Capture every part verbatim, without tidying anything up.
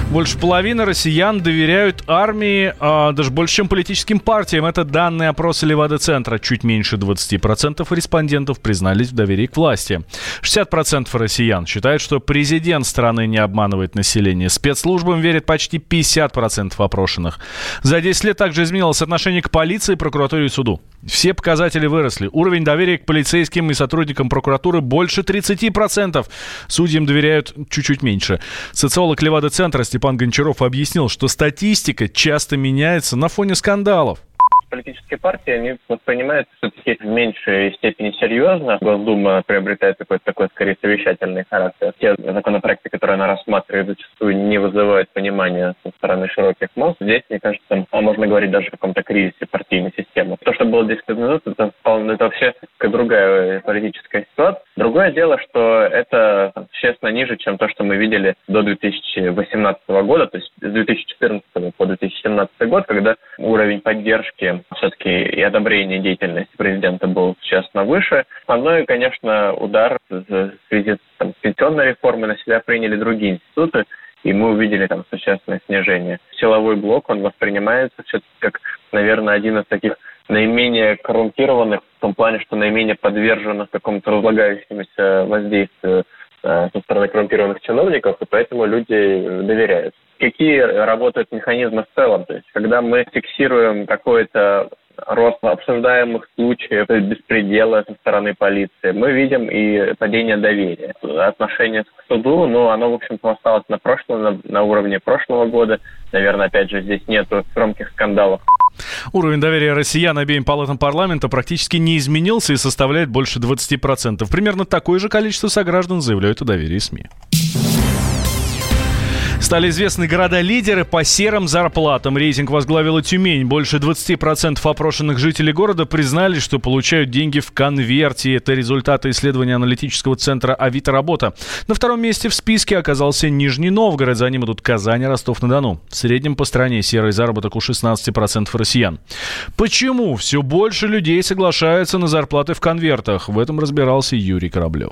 Больше половины россиян доверяют армии, а даже больше, чем политическим партиям. Это данные опроса Левада-центра. Чуть меньше двадцать процентов респондентов признались в доверии к власти. шестьдесят процентов россиян считают, что президент страны не обманывает население. Спецслужбам верят почти пятьдесят процентов опрошенных. За десять лет также изменилось отношение к полиции, прокуратуре и суду. Все показатели выросли. Уровень доверия к полицейским и сотрудникам прокуратуры больше тридцать процентов. Судьям доверяют чуть-чуть меньше. Социолог Левада-центра Степан Гончаров объяснил, что статистика часто меняется на фоне скандалов. Политические партии, они воспринимаются все-таки в меньшей степени серьезно. Госдума приобретает какой-то такой, скорее, совещательный характер. Те законопроекты, которые она рассматривает, зачастую не вызывают понимания со стороны широких масс. Здесь, мне кажется, можно говорить даже о каком-то кризисе партийной системы. То, что было десять лет назад, это, это вообще другая политическая ситуация. Другое дело, что это существенно ниже, чем то, что мы видели до две тысячи восемнадцатого года, то есть с две тысячи четырнадцатого по две тысячи семнадцатый год, когда уровень поддержки все-таки и одобрение деятельности президента был существенно выше. Основной, конечно, удар в связи с, там, с пенсионной реформой на себя приняли другие институты, и мы увидели там существенное снижение. Силовой блок, он воспринимается все-таки как, наверное, один из таких наименее коррумпированных, в том плане, что наименее подверженных какому-то разлагающемуся воздействию э, со стороны коррумпированных чиновников, и поэтому люди доверяют. Какие работают механизмы в целом? То есть, когда мы фиксируем какой-то рост обсуждаемых случаев беспредела со стороны полиции, мы видим и падение доверия. Отношение к суду, ну, оно, в общем-то, осталось на прошлом, на, на уровне прошлого года. Наверное, опять же, здесь нету громких скандалов. Уровень доверия россиян обеим палатам парламента практически не изменился и составляет больше двадцать процентов. Примерно такое же количество сограждан заявляют о доверии СМИ. Стали известны города-лидеры по серым зарплатам. Рейтинг возглавила Тюмень. Больше двадцать процентов опрошенных жителей города признались, что получают деньги в конверте. Это результаты исследования аналитического центра «Авито Работа». На втором месте в списке оказался Нижний Новгород. За ним идут Казань и Ростов-на-Дону. В среднем по стране серый заработок у шестнадцати процентов россиян. Почему все больше людей соглашаются на зарплаты в конвертах? В этом разбирался Юрий Кораблев.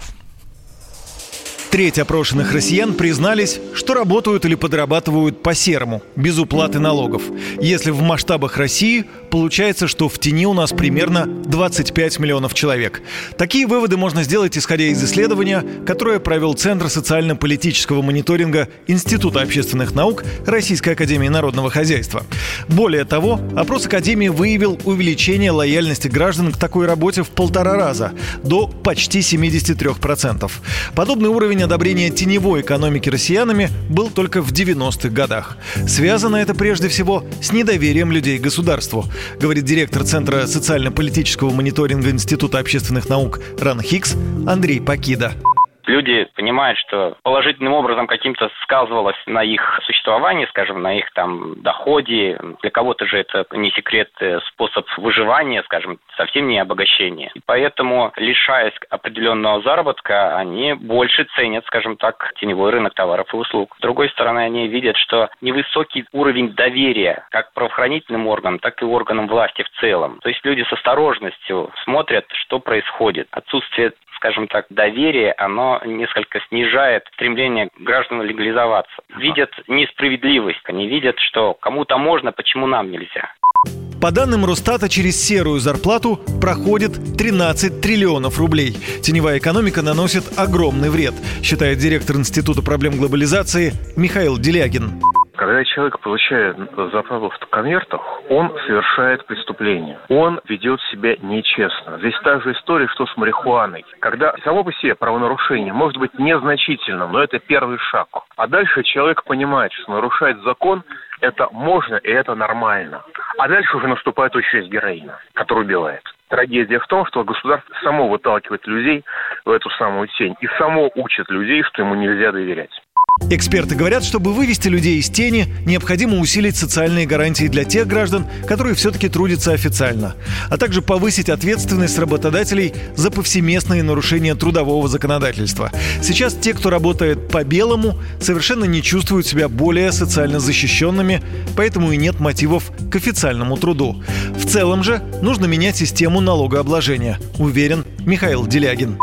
Треть опрошенных россиян признались, что работают или подрабатывают по-серому, без уплаты налогов. Если в масштабах России, получается, что в тени у нас примерно двадцать пять миллионов человек. Такие выводы можно сделать, исходя из исследования, которое провел Центр социально-политического мониторинга Института общественных наук Российской академии народного хозяйства. Более того, опрос Академии выявил увеличение лояльности граждан к такой работе в полтора раза, до почти семьдесят три процента. Подобный уровень одобрения теневой экономики россиянами был только в девяностых годах. Связано это прежде всего с недоверием людей к государству, говорит директор Центра социально-политического мониторинга Института общественных наук РАН ХИКС Андрей Покида. Люди понимают, что положительным образом каким-то сказывалось на их существовании, скажем, на их там доходе. Для кого-то же это не секрет, способ выживания, скажем, совсем не обогащение. И поэтому, лишаясь определенного заработка, они больше ценят, скажем так, теневой рынок товаров и услуг. С другой стороны, они видят, что невысокий уровень доверия как правоохранительным органам, так и органам власти в целом. То есть люди с осторожностью смотрят, что происходит. Отсутствие, скажем так, доверие, оно несколько снижает стремление граждан легализоваться. Видят несправедливость, они видят, что кому-то можно, почему нам нельзя. По данным Росстата, через серую зарплату проходит тринадцать триллионов рублей. Теневая экономика наносит огромный вред, считает директор Института проблем глобализации Михаил Делягин. Когда человек получает зарплату в конвертах, он совершает преступление. Он ведет себя нечестно. Здесь та же история, что с марихуаной. Когда само по себе правонарушение может быть незначительным, но это первый шаг. А дальше человек понимает, что нарушать закон – это можно и это нормально. А дальше уже наступает очередь героина, который убивает. Трагедия в том, что государство само выталкивает людей в эту самую тень и само учит людей, что ему нельзя доверять. Эксперты говорят, чтобы вывести людей из тени, необходимо усилить социальные гарантии для тех граждан, которые все-таки трудятся официально, а также повысить ответственность работодателей за повсеместные нарушения трудового законодательства. Сейчас те, кто работает по-белому, совершенно не чувствуют себя более социально защищенными, поэтому и нет мотивов к официальному труду. В целом же нужно менять систему налогообложения, уверен Михаил Делягин. Как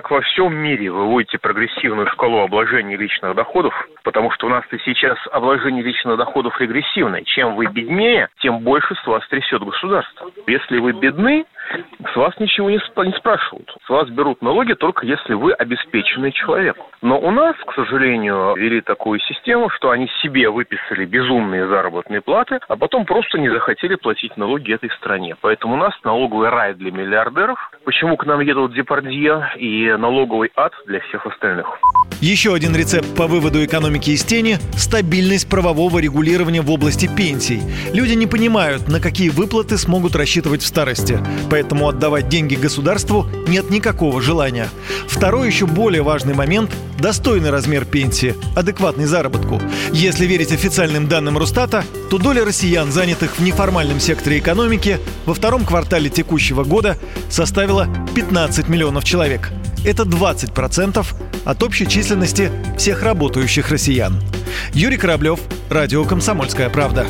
как во всем мире вы вводите прогрессивную шкалу обложения личных доходов, потому что у нас-то сейчас обложение личных доходов регрессивное. Чем вы беднее, тем больше с вас трясет государство. Если вы бедны, с вас ничего не, сп- не спрашивают. С вас берут налоги только если вы обеспеченный человек. Но у нас, к сожалению, ввели такую систему, что они себе выписали безумные заработные платы, а потом просто не захотели платить налоги этой стране. Поэтому у нас налоговый рай для миллиардеров. Почему к нам едут Депардье и налоговый ад для всех остальных? Еще один рецепт по выводу экономики из тени – стабильность правового регулирования в области пенсий. Люди не понимают, на какие выплаты смогут рассчитывать в старости, поэтому отдавать деньги государству нет никакого желания. Второй, еще более важный момент – достойный размер пенсии, адекватный заработку. Если верить официальным данным Росстата, то доля россиян, занятых в неформальном секторе экономики, во втором квартале текущего года составила пятнадцать миллионов человек. Это двадцать процентов от общей численности всех работающих россиян. Юрий Кораблев, радио «Комсомольская правда».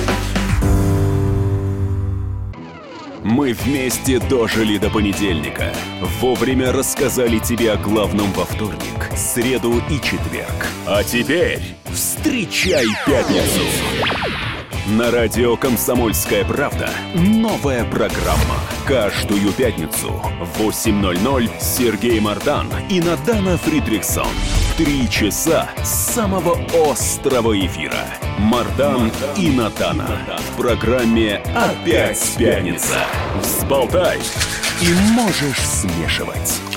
Мы вместе дожили до понедельника. Вовремя рассказали тебе о главном во вторник, среду и четверг. А теперь встречай пятницу. На радио «Комсомольская правда» новая программа. Каждую пятницу в восемь ноль ноль Сергей Мардан и Надана Фридрихсон. Три часа самого острого эфира. Мардан и Надана. В программе «Опять пятница». Взболтай и можешь смешивать.